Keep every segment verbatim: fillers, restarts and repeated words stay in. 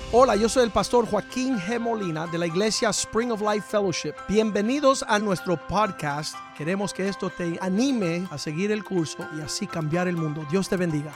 Hola, yo soy el pastor Joaquín G. Molina de la iglesia Spring of Life Fellowship. Bienvenidos a nuestro podcast. Queremos que esto te anime a seguir el curso y así cambiar el mundo. Dios te bendiga.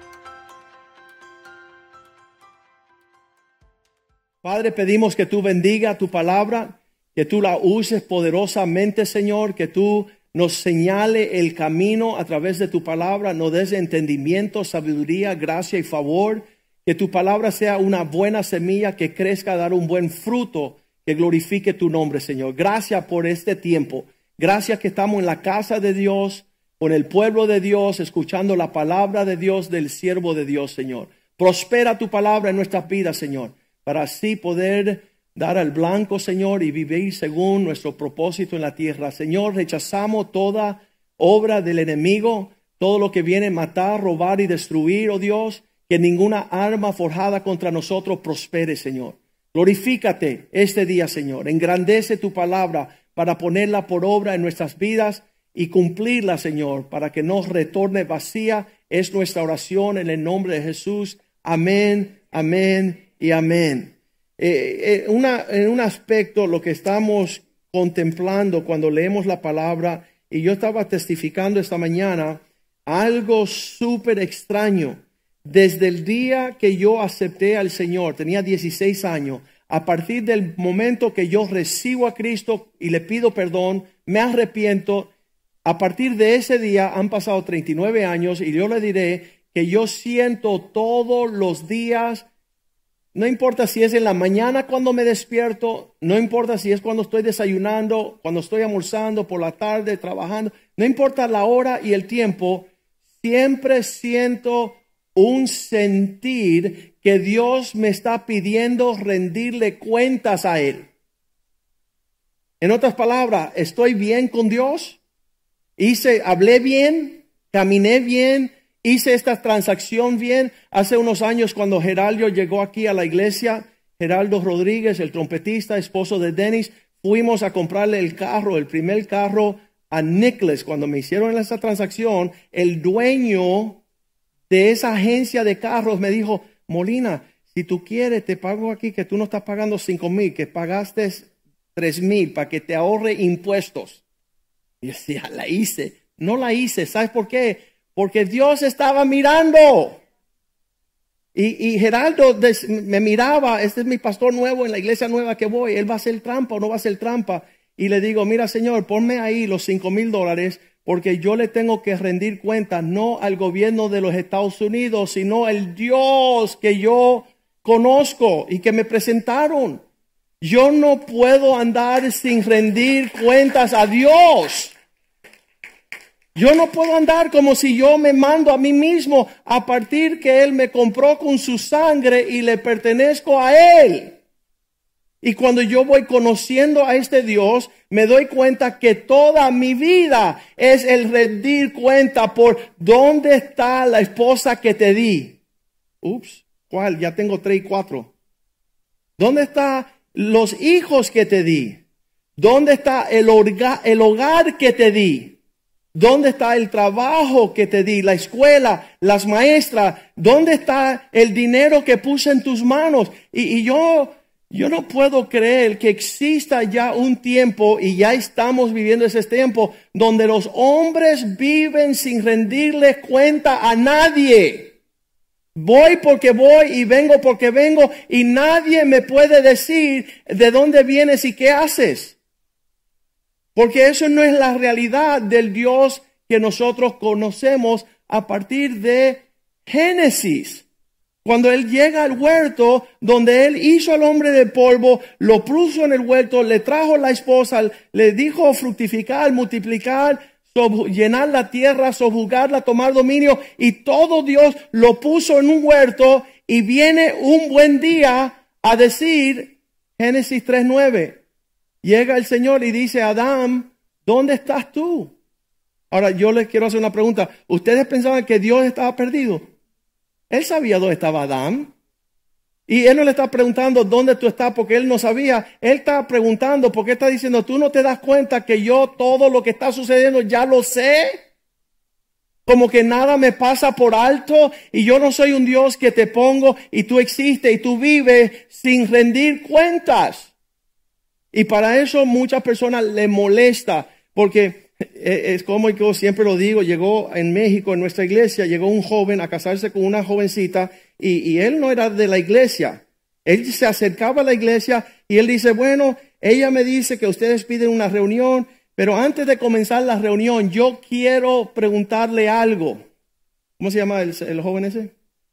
Padre, pedimos que tú bendiga tu palabra, que tú la uses poderosamente, Señor, que tú nos señale el camino a través de tu palabra, nos des entendimiento, sabiduría, gracia y favor. Que tu palabra sea una buena semilla que crezca a dar un buen fruto que glorifique tu nombre, Señor. Gracias por este tiempo. Gracias que estamos en la casa de Dios, con el pueblo de Dios, escuchando la palabra de Dios del siervo de Dios, Señor. Prospera tu palabra en nuestras vidas, Señor, para así poder dar al blanco, Señor, y vivir según nuestro propósito en la tierra. Señor, rechazamos toda obra del enemigo, todo lo que viene a matar, robar y destruir, oh Dios. Que ninguna arma forjada contra nosotros prospere, Señor. Glorifícate este día, Señor. Engrandece tu palabra para ponerla por obra en nuestras vidas y cumplirla, Señor, para que no retorne vacía. Es nuestra oración en el nombre de Jesús. Amén, amén y amén. Eh, eh, una, en un aspecto, lo que estamos contemplando cuando leemos la palabra, y yo estaba testificando esta mañana, algo súper extraño. Desde el día que yo acepté al Señor, tenía dieciséis años, a partir del momento que yo recibo a Cristo y le pido perdón, me arrepiento, a partir de ese día han pasado treinta y nueve años y yo le diré que yo siento todos los días, no importa si es en la mañana cuando me despierto, no importa si es cuando estoy desayunando, cuando estoy almorzando, por la tarde, trabajando, no importa la hora y el tiempo, siempre siento un sentir que Dios me está pidiendo rendirle cuentas a Él. En otras palabras, ¿estoy bien con Dios? Hice, hablé bien, caminé bien, hice esta transacción bien. Hace unos años cuando Geraldo llegó aquí a la iglesia, Geraldo Rodríguez, el trompetista, esposo de Dennis, fuimos a comprarle el carro, el primer carro a Nicholas. Cuando me hicieron esa transacción, el dueño de esa agencia de carros me dijo: Molina, si tú quieres te pago aquí que tú no estás pagando cinco mil, que pagaste tres mil para que te ahorre impuestos. Y yo decía, la hice, no la hice. ¿Sabes por qué? Porque Dios estaba mirando. Y, y Geraldo des, me miraba, este es mi pastor nuevo en la iglesia nueva que voy, él va a hacer trampa o no va a hacer trampa. Y le digo, mira Señor, ponme ahí los cinco mil dólares, porque yo le tengo que rendir cuentas no al gobierno de los Estados Unidos, sino al Dios que yo conozco y que me presentaron. Yo no puedo andar sin rendir cuentas a Dios. Yo no puedo andar como si yo me mando a mí mismo a partir que Él me compró con su sangre y le pertenezco a Él. Y cuando yo voy conociendo a este Dios, me doy cuenta que toda mi vida es el rendir cuenta por dónde está la esposa que te di. Ups, ¿cuál? Ya tengo tres y cuatro. ¿Dónde están los hijos que te di? ¿Dónde está el hogar, el hogar que te di? ¿Dónde está el trabajo que te di? La escuela, las maestras. ¿Dónde está el dinero que puse en tus manos? Y, y yo... Yo no puedo creer que exista ya un tiempo, y ya estamos viviendo ese tiempo, donde los hombres viven sin rendirle cuenta a nadie. Voy porque voy y vengo porque vengo, y nadie me puede decir de dónde vienes y qué haces. Porque eso no es la realidad del Dios que nosotros conocemos a partir de Génesis. Cuando Él llega al huerto, donde Él hizo al hombre de polvo, lo puso en el huerto, le trajo la esposa, le dijo fructificar, multiplicar, llenar la tierra, sojuzgarla, tomar dominio, y todo Dios lo puso en un huerto, y viene un buen día a decir, Génesis tres nueve, llega el Señor y dice, Adán, ¿dónde estás tú? Ahora yo les quiero hacer una pregunta. ¿Ustedes pensaban que Dios estaba perdido? Él sabía dónde estaba Adán. Y Él no le está preguntando dónde tú estás porque Él no sabía. Él está preguntando porque está diciendo, tú no te das cuenta que yo todo lo que está sucediendo ya lo sé. Como que nada me pasa por alto y yo no soy un Dios que te pongo y tú existes y tú vives sin rendir cuentas. Y para eso muchas personas les molesta, porque es como yo siempre lo digo, llegó en México, en nuestra iglesia, llegó un joven a casarse con una jovencita y, y él no era de la iglesia. Él se acercaba a la iglesia y él dice, bueno, ella me dice que ustedes piden una reunión, pero antes de comenzar la reunión, yo quiero preguntarle algo. ¿Cómo se llama el, el joven ese?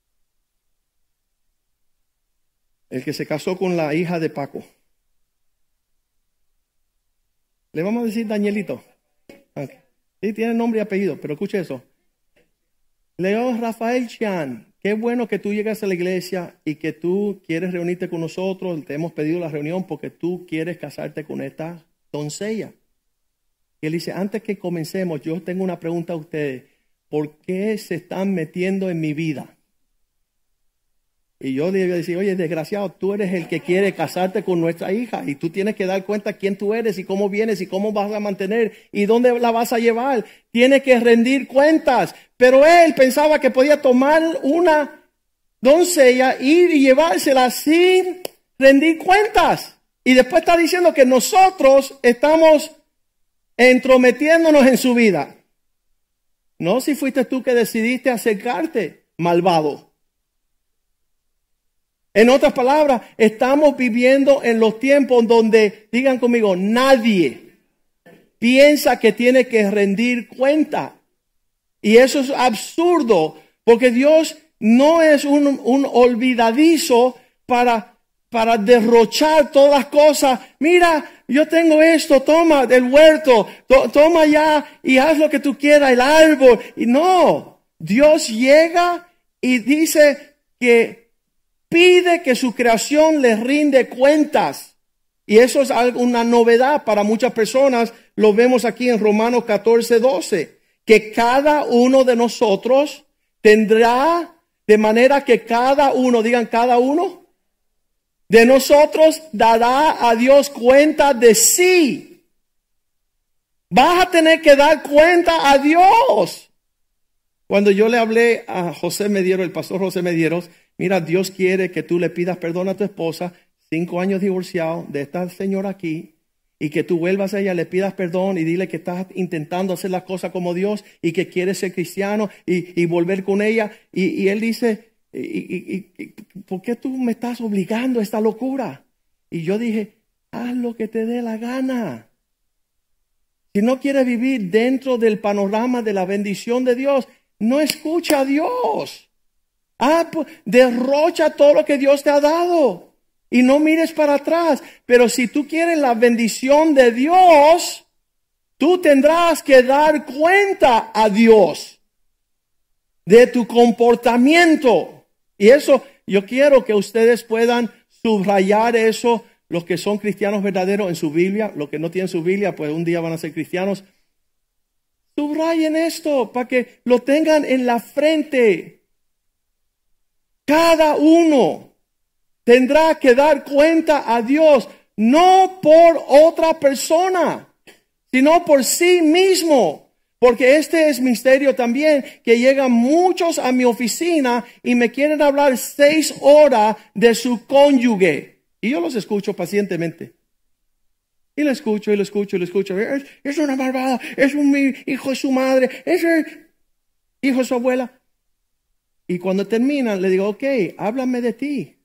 El que se casó con la hija de Paco. Le vamos a decir Danielito. Okay. Sí, tiene nombre y apellido, pero escuche eso. Leo Rafael Chan, qué bueno que tú llegas a la iglesia y que tú quieres reunirte con nosotros. Te hemos pedido la reunión porque tú quieres casarte con esta doncella. Y él dice, antes que comencemos, yo tengo una pregunta a ustedes. ¿Por qué se están metiendo en mi vida? Y yo le iba a decir, oye, desgraciado, tú eres el que quiere casarte con nuestra hija y tú tienes que dar cuenta quién tú eres y cómo vienes y cómo vas a mantener y dónde la vas a llevar. Tienes que rendir cuentas. Pero él pensaba que podía tomar una doncella, ir y llevársela sin rendir cuentas. Y después está diciendo que nosotros estamos entrometiéndonos en su vida. No si fuiste tú que decidiste acercarte, malvado. En otras palabras, estamos viviendo en los tiempos donde, digan conmigo, nadie piensa que tiene que rendir cuenta. Y eso es absurdo, porque Dios no es un, un olvidadizo para, para derrochar todas las cosas. Mira, yo tengo esto, toma del huerto, to, toma ya y haz lo que tú quieras, el árbol. Y no, Dios llega y dice que pide que su creación le rinde cuentas. Y eso es algo, una novedad para muchas personas. Lo vemos aquí en Romanos catorce, doce. Que cada uno de nosotros tendrá, de manera que cada uno, digan cada uno, de nosotros dará a Dios cuenta de sí. Vas a tener que dar cuenta a Dios. Cuando yo le hablé a José Medieros, el pastor José Medieros, mira, Dios quiere que tú le pidas perdón a tu esposa, cinco años divorciado de esta señora aquí, y que tú vuelvas a ella, le pidas perdón y dile que estás intentando hacer las cosas como Dios y que quieres ser cristiano y, y volver con ella. Y, y él dice, y, y, y, ¿por qué tú me estás obligando a esta locura? Y yo dije, haz lo que te dé la gana. Si no quieres vivir dentro del panorama de la bendición de Dios, no escucha a Dios. Ah, pues, derrocha todo lo que Dios te ha dado y no mires para atrás. Pero si tú quieres la bendición de Dios, tú tendrás que dar cuenta a Dios de tu comportamiento. Y eso, yo quiero que ustedes puedan subrayar eso, los que son cristianos verdaderos en su Biblia, los que no tienen su Biblia, pues un día van a ser cristianos. Subrayen esto para que lo tengan en la frente. Cada uno tendrá que dar cuenta a Dios, no por otra persona, sino por sí mismo. Porque este es misterio también, que llegan muchos a mi oficina y me quieren hablar seis horas de su cónyuge. Y yo los escucho pacientemente. Y lo escucho, y lo escucho, y lo escucho. Es, es una malvada, es un hijo de su madre, es el hijo de su abuela. Y cuando terminan, le digo, ok, háblame de ti.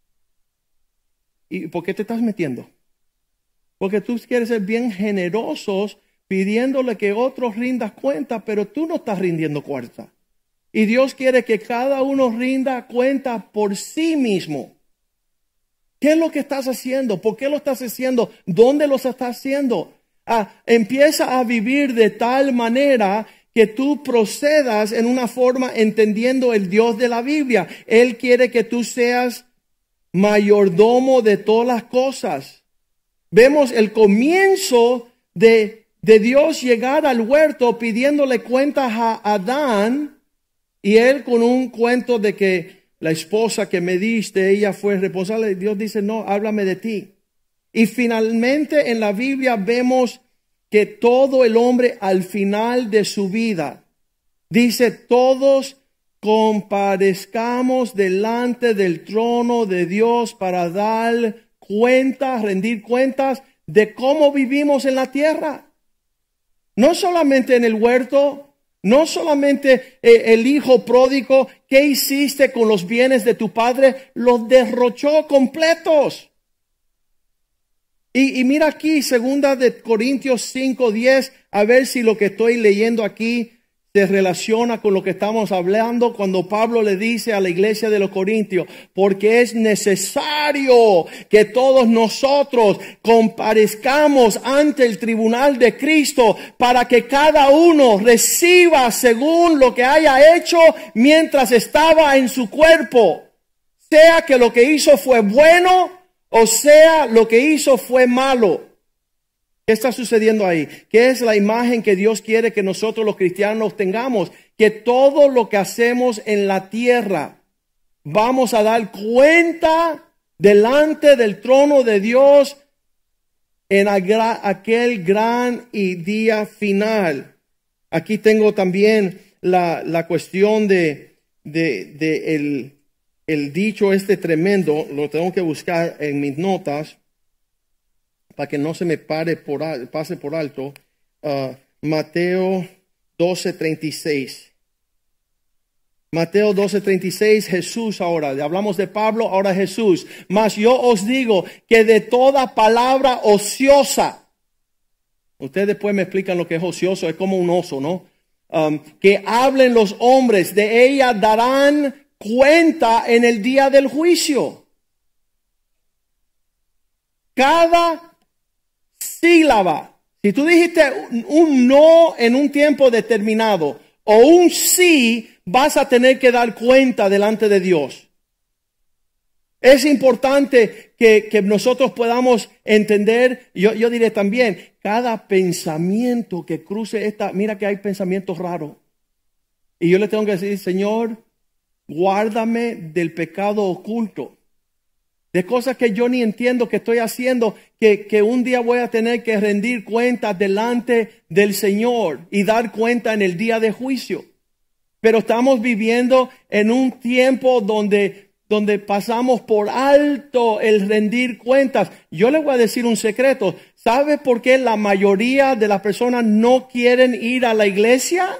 ¿Y por qué te estás metiendo? Porque tú quieres ser bien generosos pidiéndole que otros rindas cuenta, pero tú no estás rindiendo cuenta. Y Dios quiere que cada uno rinda cuenta por sí mismo. ¿Qué es lo que estás haciendo? ¿Por qué lo estás haciendo? ¿Dónde lo estás haciendo? Ah, empieza a vivir de tal manera que tú procedas en una forma entendiendo el Dios de la Biblia. Él quiere que tú seas mayordomo de todas las cosas. Vemos el comienzo de, de Dios llegar al huerto pidiéndole cuentas a Adán, y él con un cuento de que la esposa que me diste, ella fue responsable. Dios dice, no, háblame de ti. Y finalmente en la Biblia vemos que todo el hombre al final de su vida Dice, todos comparezcamos delante del trono de Dios para dar cuentas, rendir cuentas de cómo vivimos en la tierra. No solamente en el huerto, no solamente eh, el hijo pródigo, ¿qué hiciste con los bienes de tu padre? Los derrochó completos. Y, y mira aquí, segunda de Corintios cinco diez, a ver si lo que estoy leyendo aquí se relaciona con lo que estamos hablando cuando Pablo le dice a la iglesia de los Corintios, porque es necesario que todos nosotros comparezcamos ante el tribunal de Cristo para que cada uno reciba según lo que haya hecho mientras estaba en su cuerpo, sea que lo que hizo fue bueno o sea lo que hizo fue malo. ¿Qué está sucediendo ahí? ¿Qué es la imagen que Dios quiere que nosotros los cristianos tengamos? Que todo lo que hacemos en la tierra vamos a dar cuenta delante del trono de Dios en aquel gran y día final. Aquí tengo también la, la cuestión de, de, de el, el dicho este tremendo. Lo tengo que buscar en mis notas para que no se me pare por, pase por alto. uh, Mateo doce treinta y seis. Mateo doce treinta y seis, Jesús ahora, hablamos de Pablo, ahora Jesús. Mas yo os digo que de toda palabra ociosa, ustedes después me explican lo que es ocioso, es como un oso, ¿no? Um, que hablen los hombres, de ella darán cuenta en el día del juicio. Cada sílaba. Si tú dijiste un, un no en un tiempo determinado o un sí, vas a tener que dar cuenta delante de Dios. Es importante que, que nosotros podamos entender, yo, yo diré también, cada pensamiento que cruce esta, mira que hay pensamientos raros. Y yo le tengo que decir, Señor, guárdame del pecado oculto. De cosas que yo ni entiendo que estoy haciendo, que, que un día voy a tener que rendir cuentas delante del Señor y dar cuenta en el día de juicio. Pero estamos viviendo en un tiempo donde, donde pasamos por alto el rendir cuentas. Yo les voy a decir un secreto. ¿Sabe por qué la mayoría de las personas no quieren ir a la iglesia?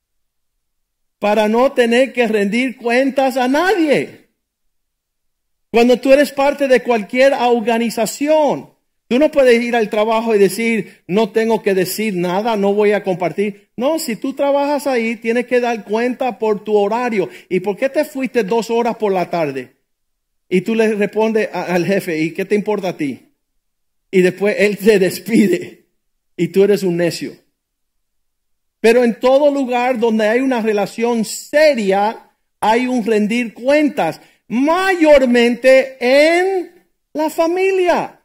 Para no tener que rendir cuentas a nadie. Cuando tú eres parte de cualquier organización, tú no puedes ir al trabajo y decir, no tengo que decir nada, no voy a compartir. No, si tú trabajas ahí, tienes que dar cuenta por tu horario. ¿Y por qué te fuiste dos horas por la tarde? Y tú le respondes a, al jefe, ¿y qué te importa a ti? Y después él se despide y tú eres un necio. Pero en todo lugar donde hay una relación seria, hay un rendir cuentas. Mayormente en la familia.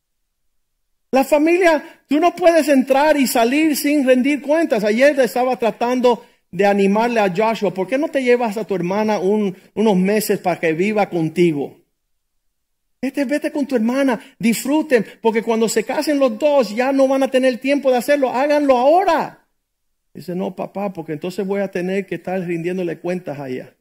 La familia, tú no puedes entrar y salir sin rendir cuentas. Ayer estaba tratando de animarle a Joshua. ¿Por qué no te llevas a tu hermana un, unos meses para que viva contigo? Este, vete con tu hermana, disfruten, porque cuando se casen los dos ya no van a tener tiempo de hacerlo. Háganlo ahora. Dice, no, papá, porque entonces voy a tener que estar rindiéndole cuentas a ella.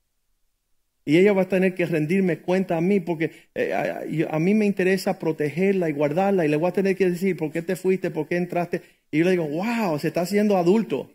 Y ella va a tener que rendirme cuenta a mí, porque eh, a, a mí me interesa protegerla y guardarla. Y le voy a tener que decir, ¿por qué te fuiste? ¿Por qué entraste? Y yo le digo, wow, se está haciendo adulto.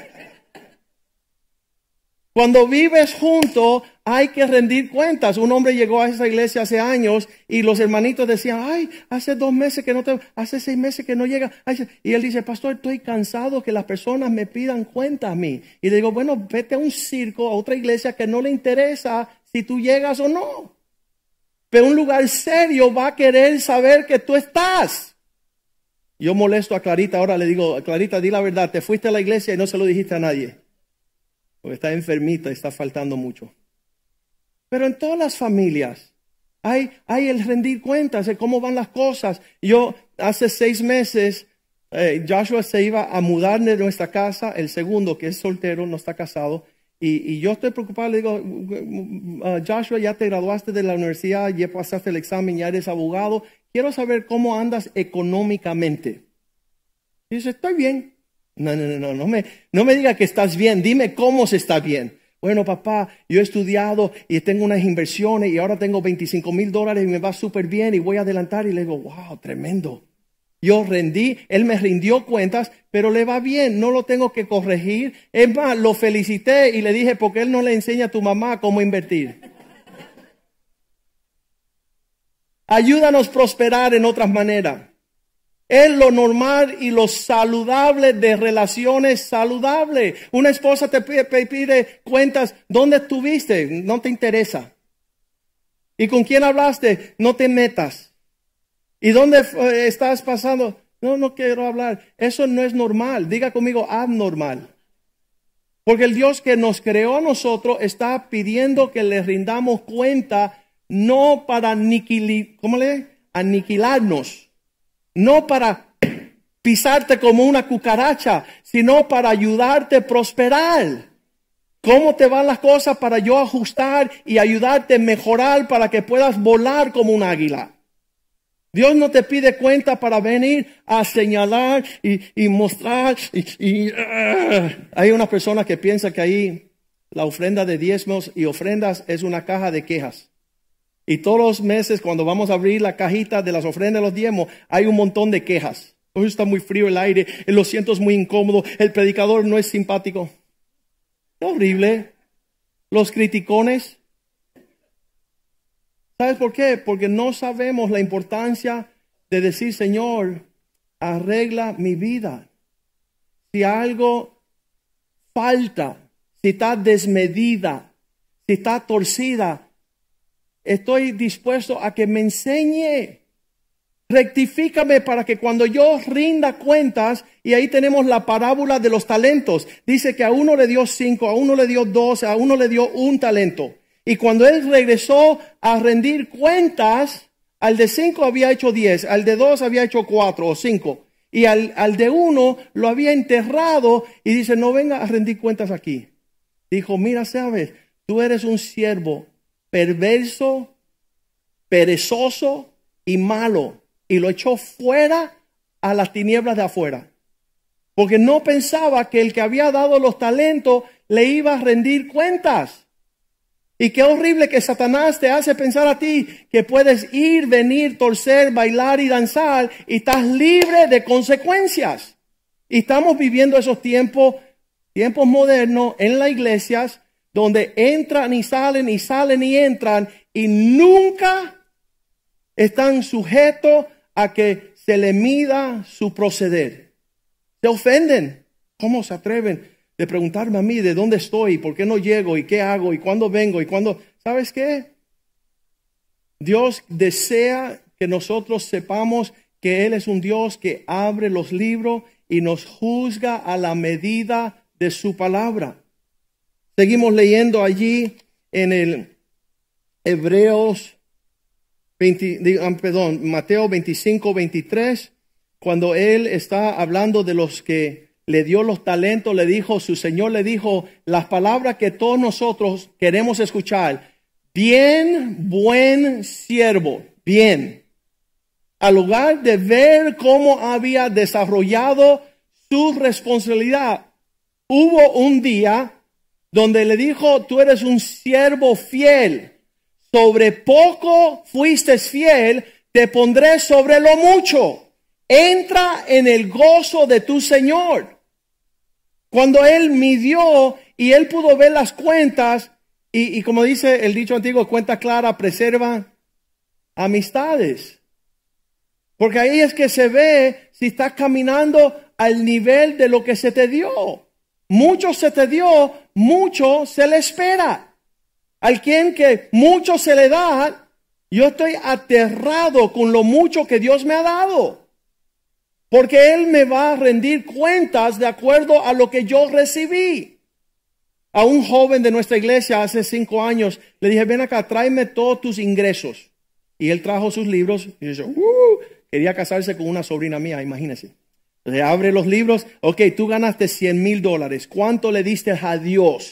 Cuando vives juntos, hay que rendir cuentas. Un hombre llegó a esa iglesia hace años y los hermanitos decían, ay, hace dos meses que no te, hace seis meses que no llega. Y él dice, pastor, estoy cansado que las personas me pidan cuenta a mí. Y le digo, bueno, vete a un circo, a otra iglesia que no le interesa si tú llegas o no. Pero un lugar serio va a querer saber que tú estás. Yo molesto a Clarita, ahora le digo, Clarita, di la verdad, te fuiste a la iglesia y no se lo dijiste a nadie. Porque está enfermita y está faltando mucho. Pero en todas las familias hay, hay el rendir cuentas de cómo van las cosas. Yo hace seis meses, eh, Joshua se iba a mudar de nuestra casa, el segundo que es soltero, no está casado. Y, y yo estoy preocupado, le digo, uh, Joshua, ya te graduaste de la universidad, ya pasaste el examen, ya eres abogado. Quiero saber cómo andas económicamente. Y dice, estoy bien. No, no, no, no, no me, no me diga que estás bien, dime cómo se está bien. Bueno, papá, yo he estudiado y tengo unas inversiones y ahora tengo veinticinco mil dólares y me va súper bien y voy a adelantar. Y le digo, wow, tremendo. Yo rendí, él me rindió cuentas, pero le va bien, no lo tengo que corregir. Es más, lo felicité y le dije, ¿por qué él no le enseña a tu mamá cómo invertir? Ayúdanos a prosperar en otras maneras. Es lo normal y lo saludable de relaciones saludables. Una esposa te pide, pide cuentas, ¿dónde estuviste? No te interesa. ¿Y con quién hablaste? No te metas. ¿Y dónde eh, estás pasando? No, no quiero hablar. Eso no es normal. Diga conmigo, abnormal. Porque el Dios que nos creó a nosotros está pidiendo que le rindamos cuenta, no para aniquil, ¿cómo le? aniquilarnos. No para pisarte como una cucaracha, sino para ayudarte a prosperar. ¿Cómo te van las cosas para yo ajustar y ayudarte a mejorar para que puedas volar como un águila? Dios no te pide cuenta para venir a señalar y, y mostrar. Y, y, uh. Hay unas personas que piensan que ahí la ofrenda de diezmos y ofrendas es una caja de quejas. Y todos los meses cuando vamos a abrir la cajita de las ofrendas de los diezmos, hay un montón de quejas. Hoy está muy frío el aire, lo siento, es muy incómodo, el predicador no es simpático. Es horrible. Los criticones. ¿Sabes por qué? Porque no sabemos la importancia de decir, Señor, arregla mi vida. Si algo falta, si está desmedida, si está torcida, estoy dispuesto a que me enseñe. Rectifícame para que cuando yo rinda cuentas, y ahí tenemos la parábola de los talentos. Dice que a uno le dio cinco, a uno le dio dos, a uno le dio un talento. Y cuando él regresó a rendir cuentas, al de cinco había hecho diez, al de dos había hecho cuatro o cinco. Y al, al de uno lo había enterrado y dice, no venga a rendir cuentas aquí. Dijo, mira, sabes, tú eres un siervo perverso, perezoso y malo. Y lo echó fuera a las tinieblas de afuera. Porque no pensaba que el que había dado los talentos le iba a rendir cuentas. Y qué horrible que Satanás te hace pensar a ti que puedes ir, venir, torcer, bailar y danzar y estás libre de consecuencias. Y estamos viviendo esos tiempos, tiempos modernos en las iglesias donde entran y salen y salen y entran y nunca están sujetos a que se le mida su proceder. Se ofenden. ¿Cómo se atreven de preguntarme a mí de dónde estoy, por qué no llego y qué hago y cuándo vengo y cuándo? ¿Sabes qué? Dios desea que nosotros sepamos que Él es un Dios que abre los libros y nos juzga a la medida de su palabra. Seguimos leyendo allí en el Hebreos veinte, perdón, Mateo veinticinco, veintitrés, cuando él está hablando de los que le dio los talentos, le dijo, su Señor le dijo las palabras que todos nosotros queremos escuchar. Bien, buen siervo, bien. Al lugar de ver cómo había desarrollado su responsabilidad, hubo un día donde le dijo, tú eres un siervo fiel. Sobre poco fuiste fiel, te pondré sobre lo mucho. Entra en el gozo de tu Señor. Cuando él midió y él pudo ver las cuentas, y, y como dice el dicho antiguo, cuenta clara preserva amistades. Porque ahí es que se ve si estás caminando al nivel de lo que se te dio. Mucho se te dio, mucho se le espera. Al quien que mucho se le da, yo estoy aterrado con lo mucho que Dios me ha dado. Porque Él me va a rendir cuentas de acuerdo a lo que yo recibí. A un joven de nuestra iglesia hace cinco años, le dije, ven acá, tráeme todos tus ingresos. Y él trajo sus libros y dice, uh, quería casarse con una sobrina mía, imagínense. Le abre los libros, ok, tú ganaste cien mil dólares. ¿Cuánto le diste a Dios?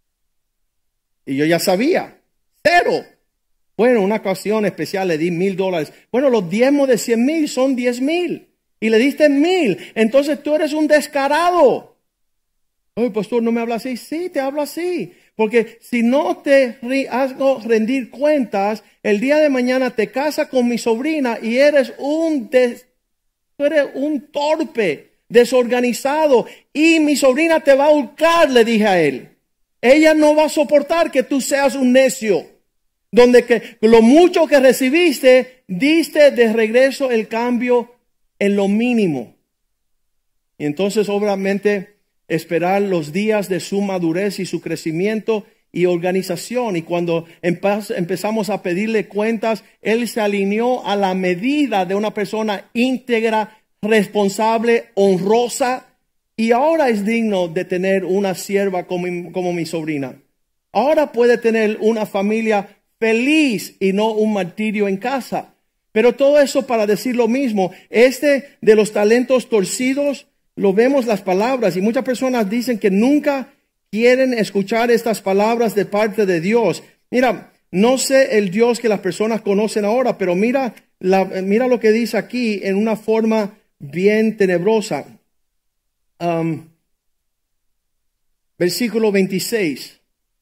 Y yo ya sabía, cero. Bueno, una ocasión especial le di mil dólares. Bueno, los diezmos de cien mil son diez mil. y le diste mil. Entonces tú eres un descarado. Oye, pastor, ¿no me habla así? Sí, te hablo así. Porque si no te hago rendir cuentas, el día de mañana te casas con mi sobrina y eres un, des, tú eres un torpe, desorganizado. Y mi sobrina te va a hurtar, le dije a él. Ella no va a soportar que tú seas un necio. Donde que lo mucho que recibiste, diste de regreso el cambio en lo mínimo. Y entonces obviamente esperar los días de su madurez y su crecimiento y organización. Y cuando empezamos a pedirle cuentas, él se alineó a la medida de una persona íntegra, responsable, honrosa. Y ahora es digno de tener una sierva como, como mi sobrina. Ahora puede tener una familia feliz y no un martirio en casa. Pero todo eso para decir lo mismo. Este de los talentos torcidos, lo vemos las palabras y muchas personas dicen que nunca quieren escuchar estas palabras de parte de Dios. Mira, no sé el Dios que las personas conocen ahora, pero mira, la, mira lo que dice aquí en una forma bien tenebrosa. Um, versículo veintiséis.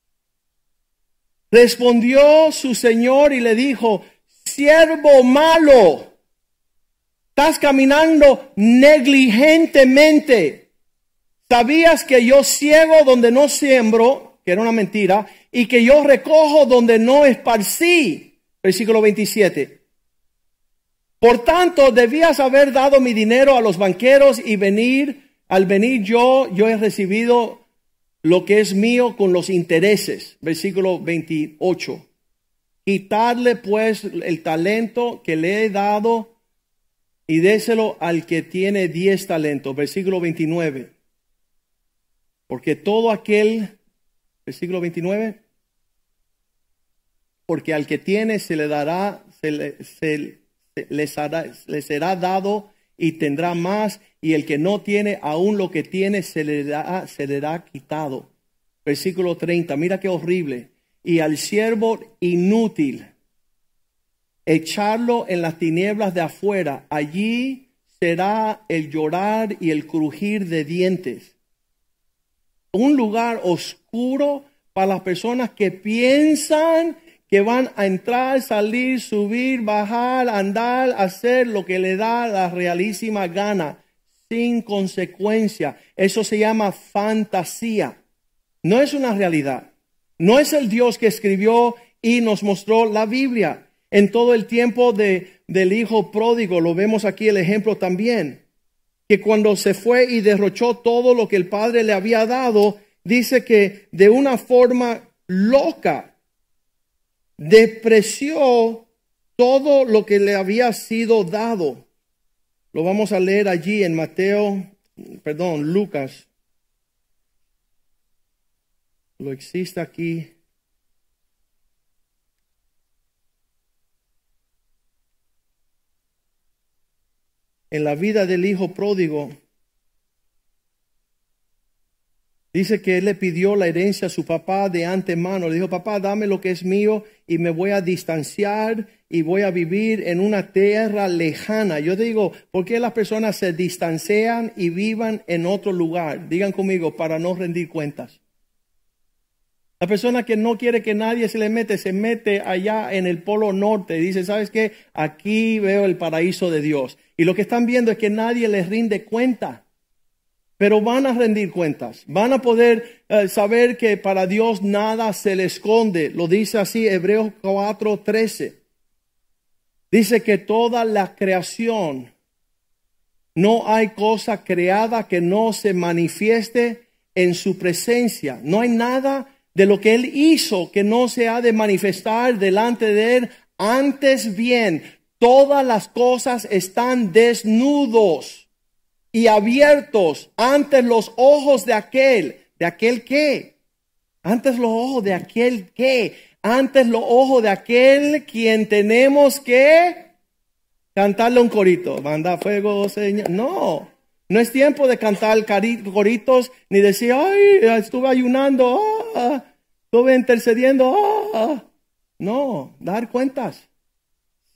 Respondió su señor y le dijo, siervo malo, estás caminando negligentemente. ¿Sabías que yo ciego donde no siembro, que era una mentira, y que yo recojo donde no esparcí? Versículo veintisiete. Por tanto, debías haber dado mi dinero a los banqueros y venir, al venir yo, yo he recibido lo que es mío con los intereses. Versículo veintiocho. Quitarle pues el talento que le he dado y déselo al que tiene diez talentos. Versículo veintinueve. Porque todo aquel, versículo veintinueve, porque al que tiene se le dará, se le, se, se, le, será, le será dado y tendrá más, y el que no tiene, aún lo que tiene se le da, se le da quitado. Versículo treinta, mira qué horrible. Y al siervo inútil, echarlo en las tinieblas de afuera, allí será el llorar y el crujir de dientes. Un lugar oscuro para las personas que piensan que van a entrar, salir, subir, bajar, andar, hacer lo que le da la realísima gana, sin consecuencia. Eso se llama fantasía. No es una realidad. No es el Dios que escribió y nos mostró la Biblia. En todo el tiempo de, del hijo pródigo, lo vemos aquí el ejemplo también, que cuando se fue y derrochó todo lo que el padre le había dado, dice que de una forma loca, despreció todo lo que le había sido dado. Lo vamos a leer allí en Mateo, perdón, Lucas. Lo existe aquí. En la vida del hijo pródigo, dice que él le pidió la herencia a su papá de antemano. Le dijo, papá, dame lo que es mío y me voy a distanciar y voy a vivir en una tierra lejana. Yo digo, ¿por qué las personas se distancian y vivan en otro lugar? Digan conmigo, para no rendir cuentas. La persona que no quiere que nadie se le mete, se mete allá en el polo norte y dice, ¿sabes qué? Aquí veo el paraíso de Dios. Y lo que están viendo es que nadie les rinde cuenta. Pero van a rendir cuentas. Van a poder uh, saber que para Dios nada se le esconde. Lo dice así Hebreos cuatro trece. Dice que toda la creación, no hay cosa creada que no se manifieste en su presencia. No hay nada de lo que Él hizo que no se ha de manifestar delante de Él. Antes bien, todas las cosas están desnudos y abiertos ante los ojos de aquel. ¿De aquel qué? Antes los ojos de aquel qué. Antes los ojos de aquel quien tenemos que cantarle un corito. Manda fuego, Señor. No, no es tiempo de cantar coritos ni decir, ay, estuve ayunando, ah, estuve intercediendo. Ah. No, dar cuentas.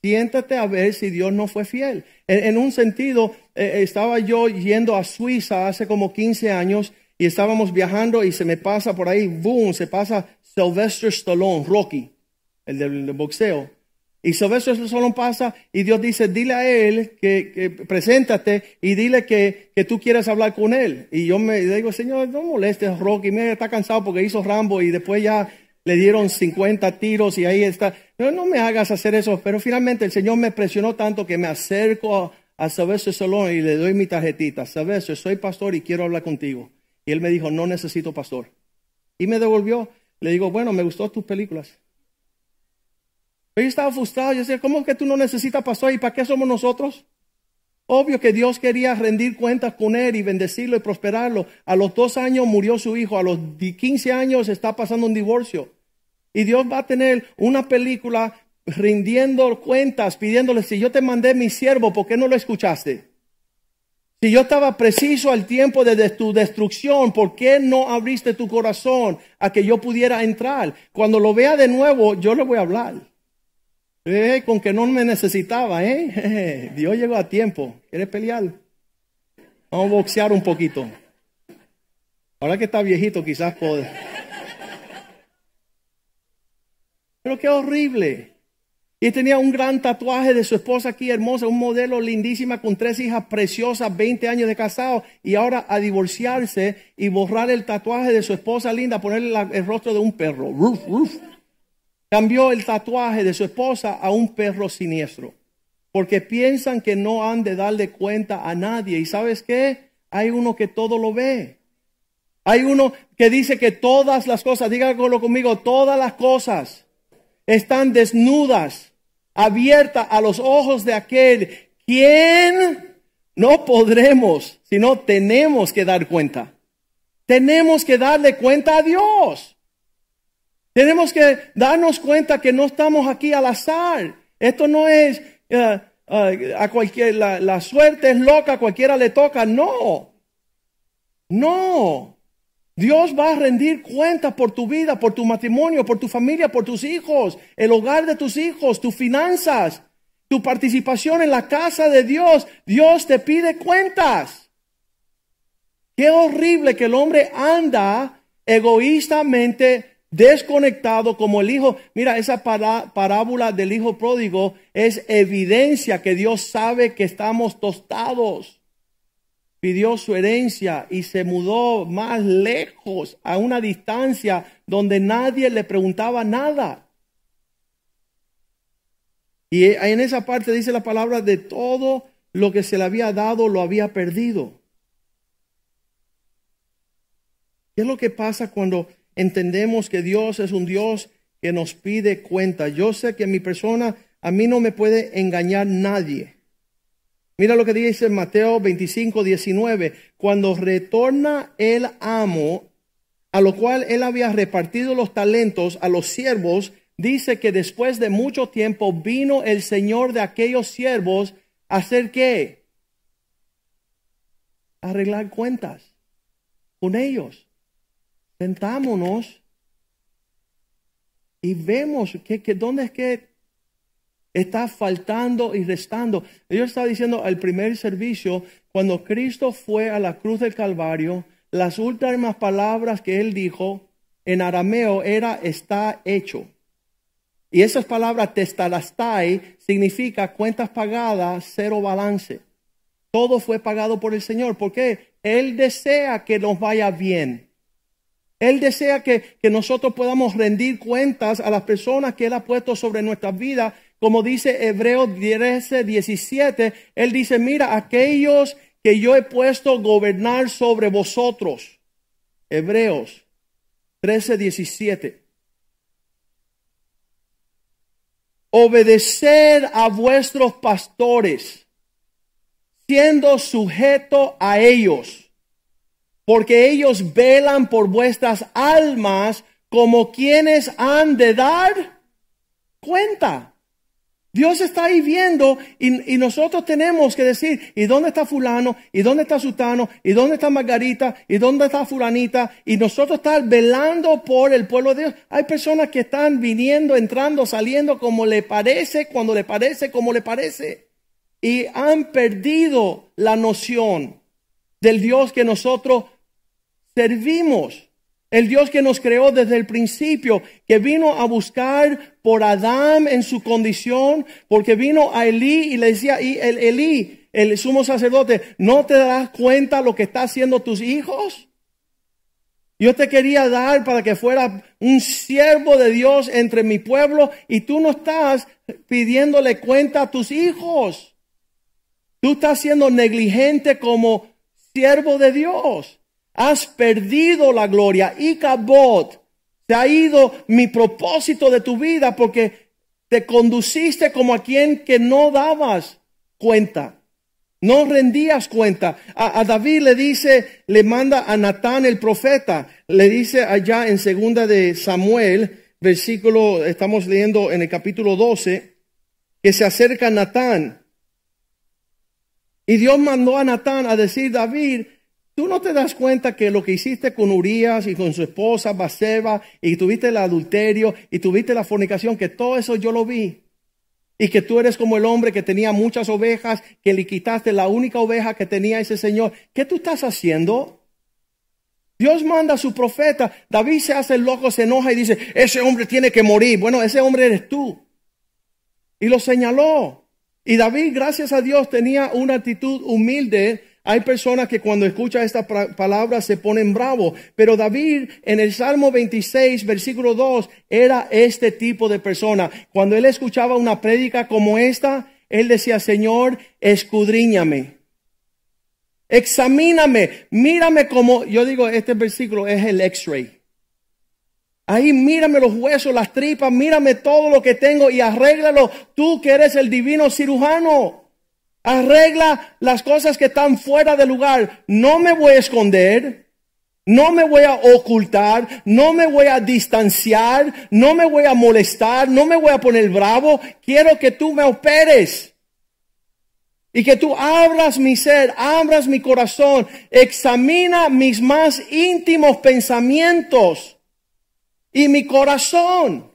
siéntate a ver si Dios no fue fiel. En, en un sentido, eh, estaba yo yendo a Suiza hace como quince años y estábamos viajando y se me pasa por ahí, boom, se pasa Sylvester Stallone, Rocky, el del, del boxeo. Y Sylvester Stallone pasa y Dios dice, dile a él que, que preséntate y dile que, que tú quieres hablar con él. Y yo me digo, Señor, no molestes a Rocky, mira, está cansado porque hizo Rambo y después ya le dieron cincuenta tiros y ahí está. No, no me hagas hacer eso. Pero finalmente el Señor me presionó tanto que me acerco a, a Sylvester Stallone y le doy mi tarjetita. Sylvester, soy pastor y quiero hablar contigo. Y él me dijo, no necesito pastor. Y me devolvió. Le digo, bueno, me gustó tus películas. Pero yo estaba frustrado. Yo decía, ¿cómo es que tú no necesitas pastor? ¿Y para qué somos nosotros? Obvio que Dios quería rendir cuentas con él y bendecirlo y prosperarlo. A los dos años murió su hijo. A los quince años está pasando un divorcio. Y Dios va a tener una película rindiendo cuentas, pidiéndole, si yo te mandé mi siervo, ¿por qué no lo escuchaste? Si yo estaba preciso al tiempo de tu destrucción, ¿por qué no abriste tu corazón a que yo pudiera entrar? Cuando lo vea de nuevo, yo le voy a hablar. Eh, con que no me necesitaba, ¿eh? Dios llegó a tiempo. ¿Quieres pelear? Vamos a boxear un poquito. Ahora que está viejito, quizás puede. Pero qué horrible. Y tenía un gran tatuaje de su esposa aquí, hermosa, un modelo lindísima con tres hijas preciosas, veinte años de casado. Y ahora a divorciarse y borrar el tatuaje de su esposa linda, ponerle la, el rostro de un perro. Ruf, ruf. Cambió el tatuaje de su esposa a un perro siniestro. Porque piensan que no han de darle cuenta a nadie. ¿Y sabes qué? Hay uno que todo lo ve. Hay uno que dice que todas las cosas, díganlo conmigo, todas las cosas están desnudas, abiertas a los ojos de aquel quien no podremos, sino tenemos que dar cuenta. Tenemos que darle cuenta a Dios. Tenemos que darnos cuenta que no estamos aquí al azar. Esto no es uh, uh, a cualquier, la, la suerte es loca, a cualquiera le toca. No, no. Dios va a rendir cuentas por tu vida, por tu matrimonio, por tu familia, por tus hijos, el hogar de tus hijos, tus finanzas, tu participación en la casa de Dios. Dios te pide cuentas. Qué horrible que el hombre anda egoístamente desconectado como el hijo. Mira, esa pará, parábola del hijo pródigo es evidencia que Dios sabe que estamos tostados. Pidió su herencia y se mudó más lejos, a una distancia donde nadie le preguntaba nada. Y en esa parte dice la palabra, de todo lo que se le había dado lo había perdido. ¿Qué es lo que pasa cuando entendemos que Dios es un Dios que nos pide cuenta? Yo sé que mi persona, a mí no me puede engañar nadie. Mira lo que dice Mateo veinticinco, diecinueve. Cuando retorna el amo, a lo cual él había repartido los talentos a los siervos, dice que después de mucho tiempo vino el Señor de aquellos siervos a hacer ¿qué? A arreglar cuentas con ellos. Sentámonos y vemos que, que dónde es que está faltando y restando. Yo estaba diciendo al primer servicio, cuando Cristo fue a la cruz del Calvario, las últimas palabras que él dijo en arameo era está hecho. Y esas palabras tetelestai significa cuentas pagadas, cero balance. Todo fue pagado por el Señor. ¿Por qué? Él desea que nos vaya bien. Él desea que, que nosotros podamos rendir cuentas a las personas que Él ha puesto sobre nuestras vidas. Como dice Hebreos trece, diecisiete, Él dice, mira, aquellos que yo he puesto gobernar sobre vosotros. Hebreos trece, diecisiete. Obedecer a vuestros pastores, siendo sujeto a ellos, porque ellos velan por vuestras almas como quienes han de dar cuenta. Dios está ahí viendo y, y nosotros tenemos que decir, ¿y dónde está fulano? ¿Y dónde está sutano? ¿Y dónde está Margarita? ¿Y dónde está fulanita? Y nosotros estar velando por el pueblo de Dios. Hay personas que están viniendo, entrando, saliendo como le parece, cuando le parece, como le parece. Y han perdido la noción del Dios que nosotros servimos. El Dios que nos creó desde el principio, que vino a buscar por Adán en su condición, porque vino a Elí y le decía, y el Elí, el sumo sacerdote, ¿no te das cuenta lo que están haciendo tus hijos? Yo te quería dar para que fuera un siervo de Dios entre mi pueblo y tú no estás pidiéndole cuenta a tus hijos. Tú estás siendo negligente como siervo de Dios. Has perdido la gloria. Icabod, se ha ido mi propósito de tu vida porque te conduciste como a quien que no dabas cuenta. No rendías cuenta. A, a David le dice, le manda a Natán el profeta. Le dice allá en segunda de Samuel, versículo, estamos leyendo en el capítulo doce, que se acerca Natán. Y Dios mandó a Natán a decir, David, ¿tú no te das cuenta que lo que hiciste con Urías y con su esposa Batseba y tuviste el adulterio y tuviste la fornicación, que todo eso yo lo vi? Y que tú eres como el hombre que tenía muchas ovejas, que le quitaste la única oveja que tenía ese señor. ¿Qué tú estás haciendo? Dios manda a su profeta. David se hace el loco, se enoja y dice, ese hombre tiene que morir. Bueno, ese hombre eres tú. Y lo señaló. Y David, gracias a Dios, tenía una actitud humilde. Hay personas que cuando escuchan esta palabra se ponen bravos. Pero David en el Salmo veintiséis, versículo dos, era este tipo de persona. Cuando él escuchaba una prédica como esta, él decía, Señor, escudriñame. Examíname. Mírame como, yo digo, este versículo es el X-ray. Ahí mírame los huesos, las tripas, mírame todo lo que tengo y arréglalo. Tú que eres el divino cirujano. Arregla las cosas que están fuera de lugar. No me voy a esconder. No me voy a ocultar. No me voy a distanciar. No me voy a molestar. No me voy a poner bravo. Quiero que tú me operes. Y que tú abras mi ser, abras mi corazón. Examina mis más íntimos pensamientos y mi corazón.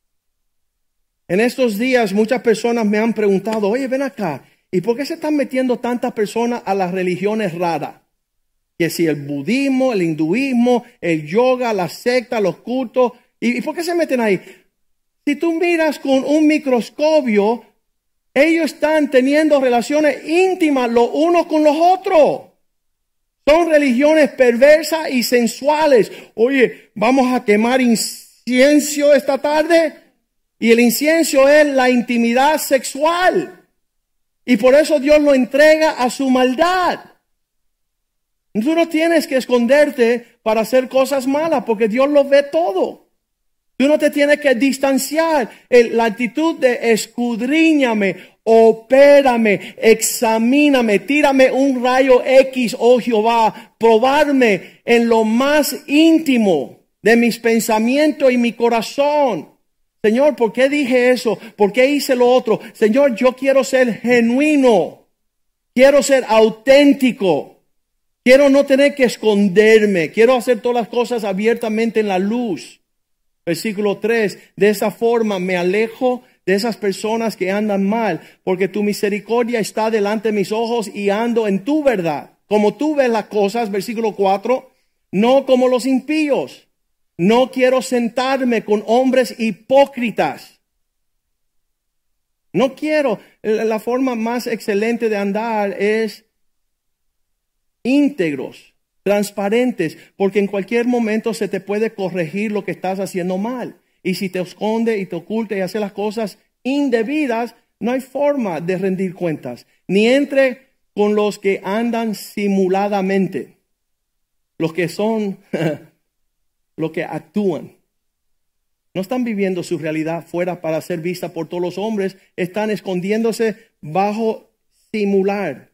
En estos días muchas personas me han preguntado, oye, ven acá. ¿Y por qué se están metiendo tantas personas a las religiones raras? Que si el budismo, el hinduismo, el yoga, la secta, los cultos. ¿Y, y por qué se meten ahí? Si tú miras con un microscopio, ellos están teniendo relaciones íntimas los unos con los otros. Son religiones perversas y sensuales. Oye, vamos a quemar incienso esta tarde. Y el incienso es la intimidad sexual. Y por eso Dios lo entrega a su maldad. Tú no tienes que esconderte para hacer cosas malas porque Dios lo ve todo. Tú no te tienes que distanciar. La actitud de escudriñame, opérame, examíname, tírame un rayo X, oh Jehová, probarme en lo más íntimo de mis pensamientos y mi corazón. Señor, ¿por qué dije eso? ¿Por qué hice lo otro? Señor, yo quiero ser genuino. Quiero ser auténtico. Quiero no tener que esconderme. Quiero hacer todas las cosas abiertamente en la luz. Versículo tres. De esa forma me alejo de esas personas que andan mal, porque tu misericordia está delante de mis ojos y ando en tu verdad. Como tú ves las cosas, versículo cuatro, no como los impíos. No quiero sentarme con hombres hipócritas. No quiero. La forma más excelente de andar es íntegros, transparentes, porque en cualquier momento se te puede corregir lo que estás haciendo mal. Y si te esconde y te oculta y hace las cosas indebidas, no hay forma de rendir cuentas. Ni entre con los que andan simuladamente. Los que son... Lo que actúan. No están viviendo su realidad fuera para ser vista por todos los hombres. Están escondiéndose bajo simular.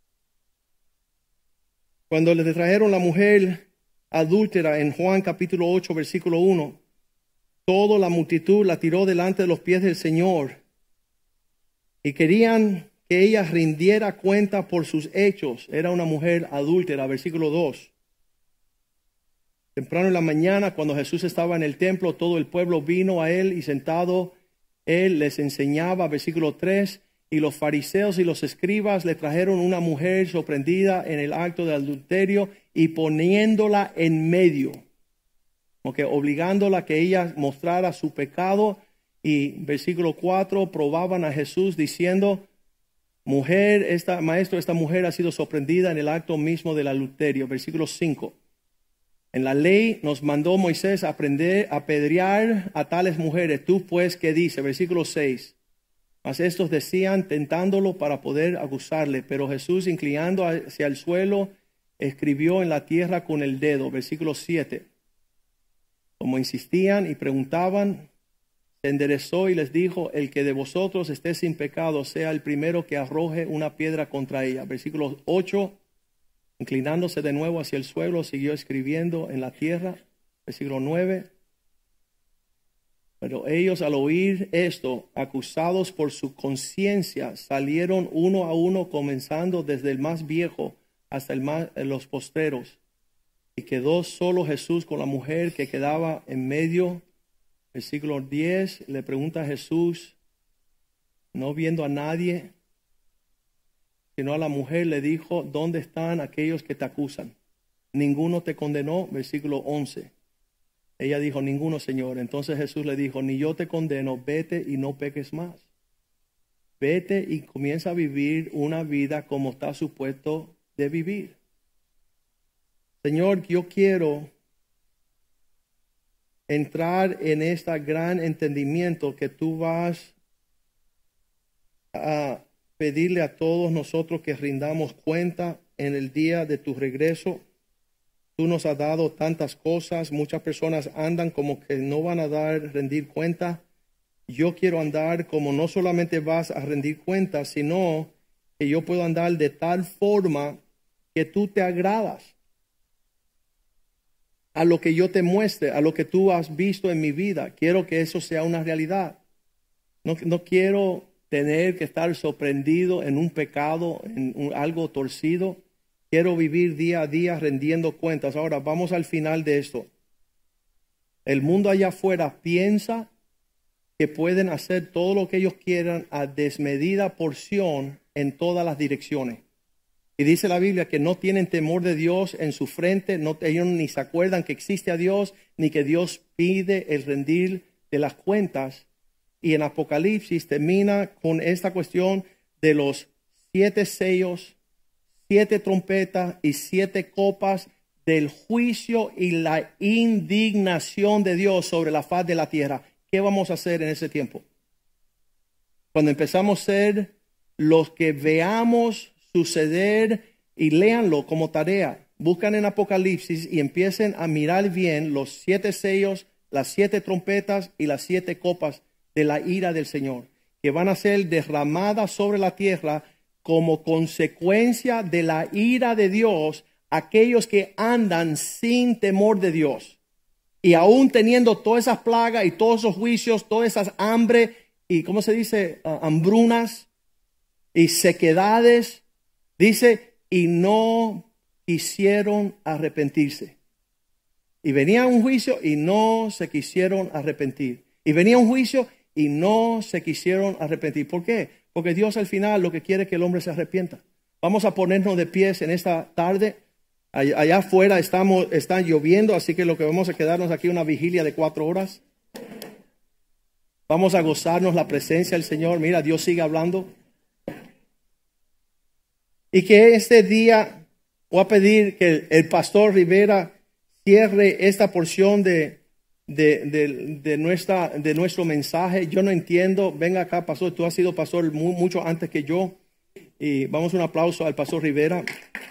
Cuando le trajeron la mujer adúltera en Juan capítulo ocho versículo uno, toda la multitud la tiró delante de los pies del Señor. y querían que ella rindiera cuenta por sus hechos. Era una mujer adúltera, versículo dos. Temprano en la mañana, cuando Jesús estaba en el templo, todo el pueblo vino a él y sentado él les enseñaba, versículo tres, y los fariseos y los escribas le trajeron una mujer sorprendida en el acto de adulterio y poniéndola en medio, okay, obligándola a que ella mostrara su pecado. Y versículo cuatro, probaban a Jesús diciendo: mujer, esta, maestro, esta mujer ha sido sorprendida en el acto mismo del adulterio. Versículo cinco. En la ley nos mandó Moisés a aprender a apedrear a tales mujeres. Tú pues, ¿qué dice? Versículo seis. Mas estos decían tentándolo para poder acusarle. Pero Jesús, inclinando hacia el suelo, escribió en la tierra con el dedo. Versículo siete. Como insistían y preguntaban, se enderezó y les dijo: el que de vosotros esté sin pecado sea el primero que arroje una piedra contra ella. Versículo ocho. Inclinándose de nuevo hacia el suelo, siguió escribiendo en la tierra. Versículo nueve. Pero ellos, al oír esto, acusados por su conciencia, salieron uno a uno, comenzando desde el más viejo hasta el más, los postreros. Y quedó solo Jesús con la mujer que quedaba en medio. Versículo diez. Le pregunta a Jesús, no viendo a nadie, sino a la mujer, le dijo: ¿dónde están aquellos que te acusan? ¿Ninguno te condenó? Versículo once. Ella dijo: ninguno, Señor. Entonces Jesús le dijo: ni yo te condeno, vete y no peques más. Vete y comienza a vivir una vida como está supuesto de vivir. Señor, yo quiero entrar en este gran entendimiento que tú vas a pedirle a todos nosotros que rindamos cuenta en el día de tu regreso. Tú nos has dado tantas cosas. Muchas personas andan como que no van a dar, rendir cuenta. Yo quiero andar como no solamente vas a rendir cuenta, sino que yo puedo andar de tal forma que tú te agradas a lo que yo te muestre, a lo que tú has visto en mi vida. Quiero que eso sea una realidad. No, no quiero tener que estar sorprendido en un pecado, en un, algo torcido. Quiero vivir día a día rendiendo cuentas. Ahora vamos al final de esto. El mundo allá afuera piensa que pueden hacer todo lo que ellos quieran a desmedida porción en todas las direcciones. Y dice la Biblia que no tienen temor de Dios en su frente, no, ellos ni se acuerdan que existe a Dios, ni que Dios pide el rendir de las cuentas. Y en Apocalipsis termina con esta cuestión de los siete sellos, siete trompetas y siete copas del juicio y la indignación de Dios sobre la faz de la tierra. ¿Qué vamos a hacer en ese tiempo? Cuando empezamos a ser los que veamos suceder, y léanlo como tarea. Buscan en Apocalipsis y empiecen a mirar bien los siete sellos, las siete trompetas y las siete copas de la ira del Señor, que van a ser derramadas sobre la tierra como consecuencia de la ira de Dios, aquellos que andan sin temor de Dios. Y aún teniendo todas esas plagas y todos esos juicios, todas esas hambre y, ¿cómo se dice? Uh, hambrunas y sequedades, dice, y no quisieron arrepentirse. Y venía un juicio y no se quisieron arrepentir. Y venía un juicio y no se quisieron arrepentir. ¿Por qué? Porque Dios al final lo que quiere es que el hombre se arrepienta. Vamos a ponernos de pies en esta tarde. Allá, allá afuera estamos, está lloviendo, así que lo que vamos a quedarnos aquí una vigilia de cuatro horas. Vamos a gozarnos la presencia del Señor. Mira, Dios sigue hablando. Y que este día voy a pedir que el, el pastor Rivera cierre esta porción de, de, de, de, nuestra, de nuestro mensaje. Yo no entiendo. Venga acá, pastor. Tú has sido pastor muy, mucho antes que yo. Y vamos a un aplauso al pastor Rivera.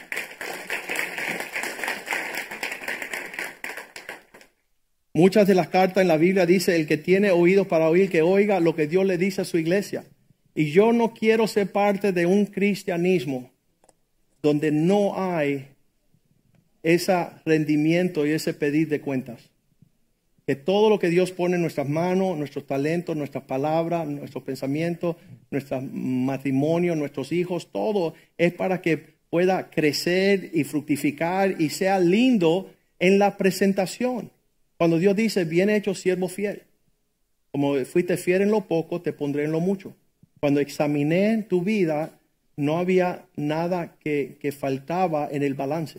Muchas de las cartas en la Biblia dice: el que tiene oídos para oír, que oiga lo que Dios le dice a su iglesia. Y yo no quiero ser parte de un cristianismo donde no hay ese rendimiento y ese pedir de cuentas. que todo lo que Dios pone en nuestras manos, nuestros talentos, nuestras palabras, nuestros pensamientos, nuestro matrimonio, nuestros hijos, todo es para que pueda crecer y fructificar y sea lindo en la presentación. Cuando Dios dice, bien hecho, siervo fiel. Como fuiste fiel en lo poco, te pondré en lo mucho. Cuando examiné tu vida, no había nada que, que faltaba en el balance.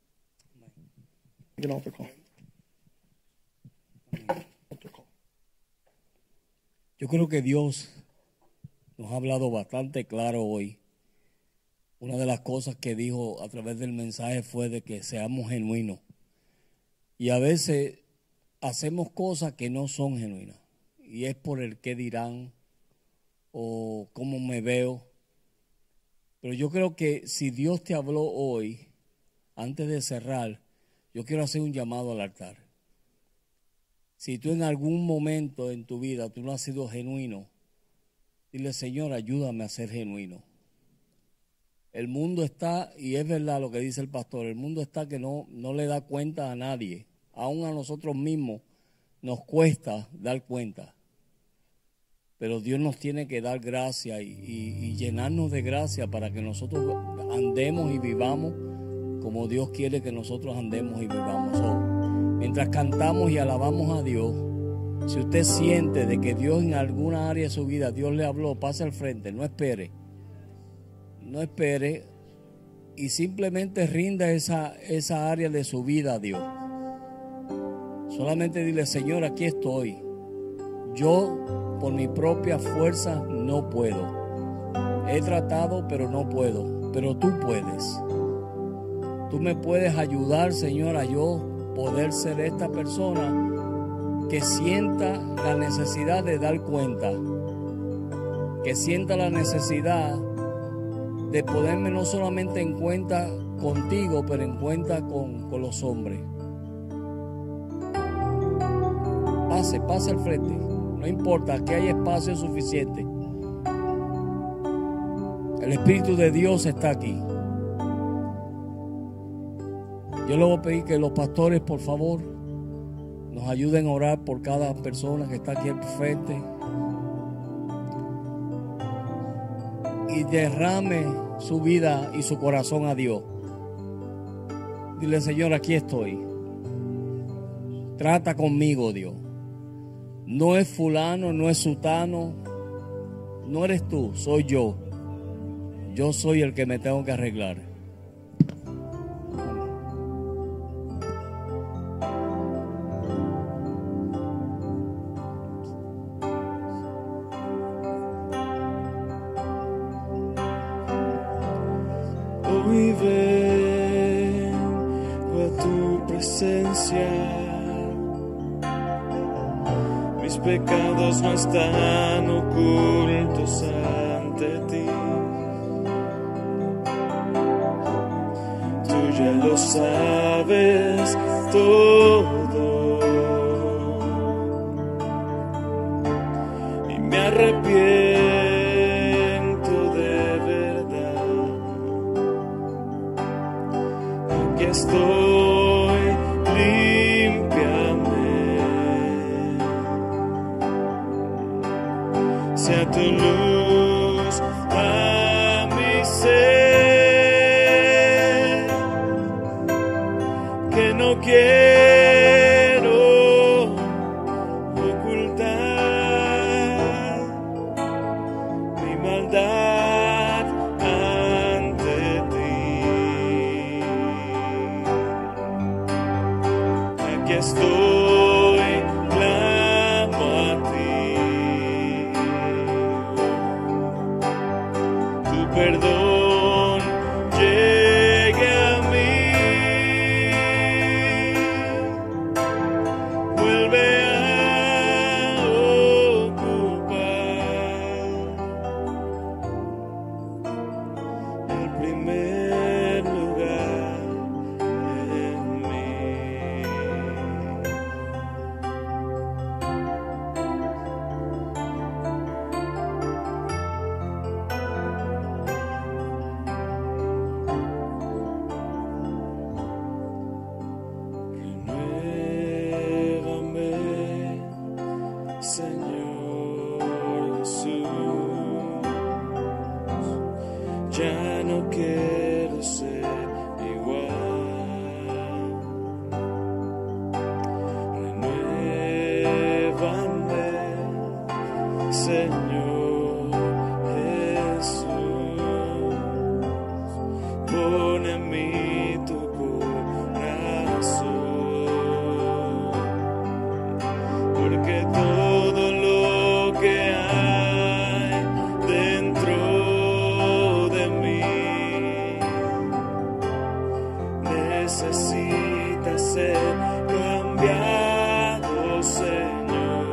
Yo creo que Dios nos ha hablado bastante claro hoy. Una de las cosas que dijo a través del mensaje fue de que seamos genuinos. Y a veces hacemos cosas que no son genuinas. Y es por el qué dirán o cómo me veo. Pero yo creo que si Dios te habló hoy, antes de cerrar, yo quiero hacer un llamado al altar. Si tú en algún momento en tu vida tú no has sido genuino, dile, Señor, ayúdame a ser genuino. El mundo está, y es verdad lo que dice el pastor, el mundo está que no, no le da cuenta a nadie. Aún a nosotros mismos nos cuesta dar cuenta. Pero Dios nos tiene que dar gracia y, y, y llenarnos de gracia para que nosotros andemos y vivamos como Dios quiere que nosotros andemos y vivamos. So, mientras cantamos y alabamos a Dios, si usted siente de que Dios en alguna área de su vida, Dios le habló, pase al frente, no espere. No espere y simplemente rinda esa, esa área de su vida a Dios. Solamente dile, Señor, aquí estoy. Yo por mi propia fuerza no puedo. He tratado, pero no puedo. Pero tú puedes. Tú me puedes ayudar, Señor, a yo poder ser esta persona que sienta la necesidad de dar cuenta. Que sienta la necesidad de ponerme no solamente en cuenta contigo, pero en cuenta con, con los hombres. Pase, pase al frente. No importa, que hay espacio suficiente. El Espíritu de Dios está aquí. Yo le voy a pedir que los pastores, por favor, nos ayuden a orar por cada persona que está aquí al frente. Y derrame su vida y su corazón a Dios. Dile, Señor, aquí estoy. Trata conmigo, Dios. No es fulano, no es sutano, no eres tú, soy yo. Yo soy el que me tengo que arreglar. Hoy vengo a tu presencia. Mis pecados no están ocultos ante ti. Tú ya lo sabes todo. Y me arrepiento de verdad. Aquí estoy, límpiame. Sea tu luz a mi ser, que no quiero ocultar mi maldad ante ti. Aquí estoy, clamo a ti. Perdón llegue a mí, vuelve a ocupar el primer lugar en mí. ya no quiero ser igual. Renuévame, Señor Jesús, pon en mí tu corazón, porque todo lo que hay dentro de mí necesita ser cambiado, Señor,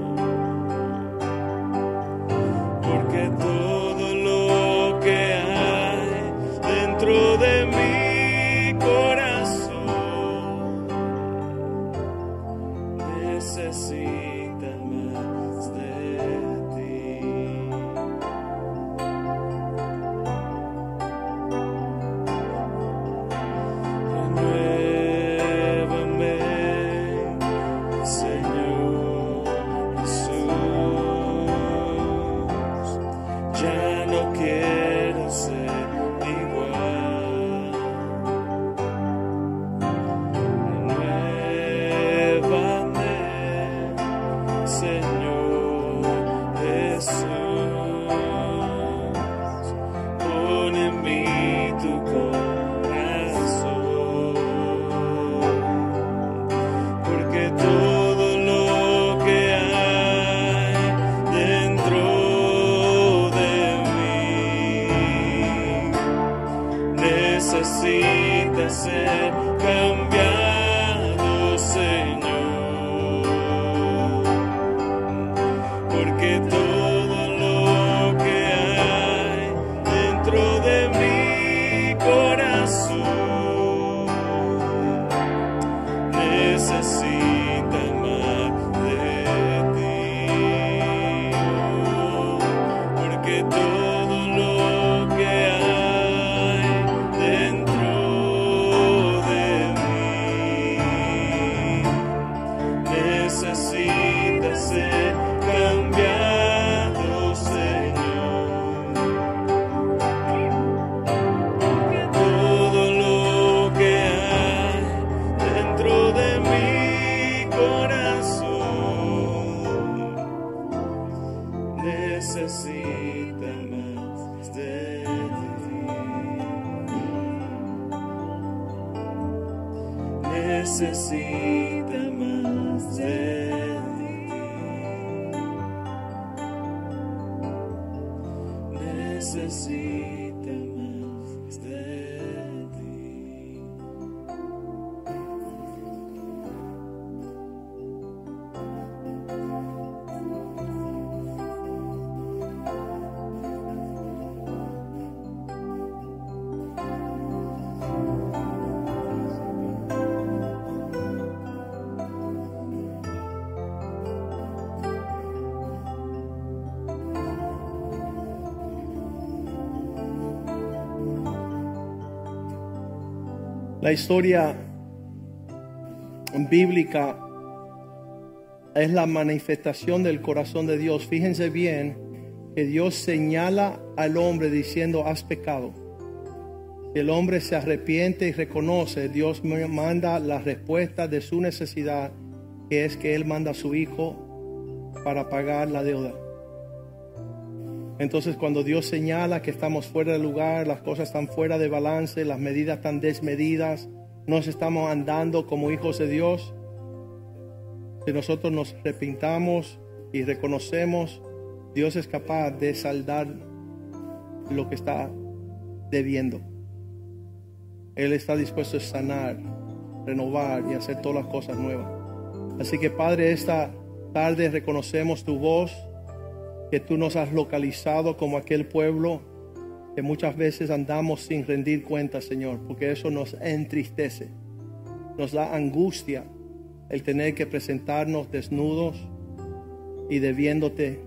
porque todo lo que hay dentro de mi corazón necesita más de ti. Renuévame, Señor Jesús, ya no quiero ser igual. Renuévame, Señor Jesús, pon en mí tu corazón, porque todo lo que hay dentro de mí necesita ser cambiado, Señor, porque todo lo que hay dentro de mi corazón necesita más de ti, porque todo lo que hay dentro de mí necesita ser cambiado, Señor, todo lo que hay dentro de mi corazón necesita más de ti, necesita más de ti, necesita más de ti. La historia bíblica es la manifestación del corazón de Dios. Fíjense bien que Dios señala al hombre diciendo: has pecado. Si el hombre se arrepiente y reconoce, Dios manda la respuesta de su necesidad, que es que Él manda a su Hijo para pagar la deuda. Entonces, cuando Dios señala que estamos fuera de lugar, las cosas están fuera de balance, las medidas están desmedidas, no estamos andando como hijos de Dios, si nosotros nos arrepintamos y reconocemos, Dios es capaz de saldar lo que está debiendo. Él está dispuesto a sanar, renovar y hacer todas las cosas nuevas. Así que, Padre, esta tarde reconocemos tu voz, que tú nos has localizado como aquel pueblo que muchas veces andamos sin rendir cuentas, Señor, porque eso nos entristece, nos da angustia el tener que presentarnos desnudos y debiéndote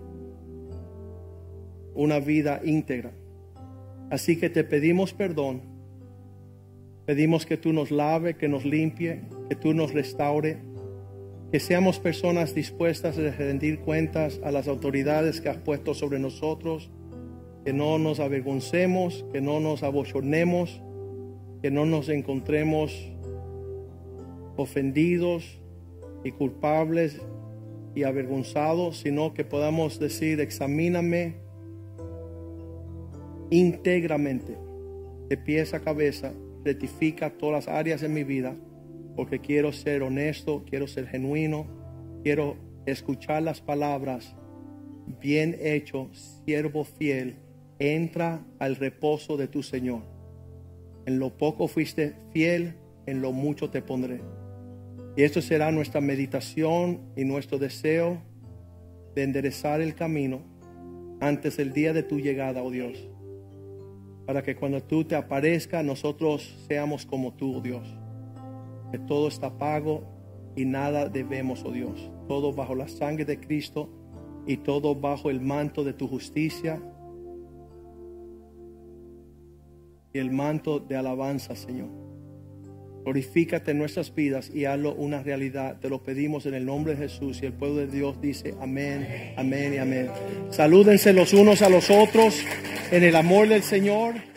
una vida íntegra. Así que te pedimos perdón, pedimos que tú nos lave, que nos limpie, que tú nos restaure, que seamos personas dispuestas a rendir cuentas a las autoridades que has puesto sobre nosotros, que no nos avergoncemos, que no nos abochornemos, que no nos encontremos ofendidos y culpables y avergonzados, sino que podamos decir: examíname íntegramente, de pies a cabeza, rectifica todas las áreas de mi vida, porque quiero ser honesto, quiero ser genuino, quiero escuchar las palabras: bien hecho, siervo fiel, entra al reposo de tu Señor. En lo poco fuiste fiel, en lo mucho te pondré. Y esto será nuestra meditación y nuestro deseo de enderezar el camino antes del día de tu llegada, oh Dios, para que cuando tú te aparezcas nosotros seamos como tú, oh Dios, que todo está pago y nada debemos, oh Dios, todo bajo la sangre de Cristo y todo bajo el manto de tu justicia y el manto de alabanza, Señor. Glorifícate en nuestras vidas y hazlo una realidad. Te lo pedimos en el nombre de Jesús. Y el pueblo de Dios dice amén, amén y amén. Salúdense los unos a los otros en el amor del Señor.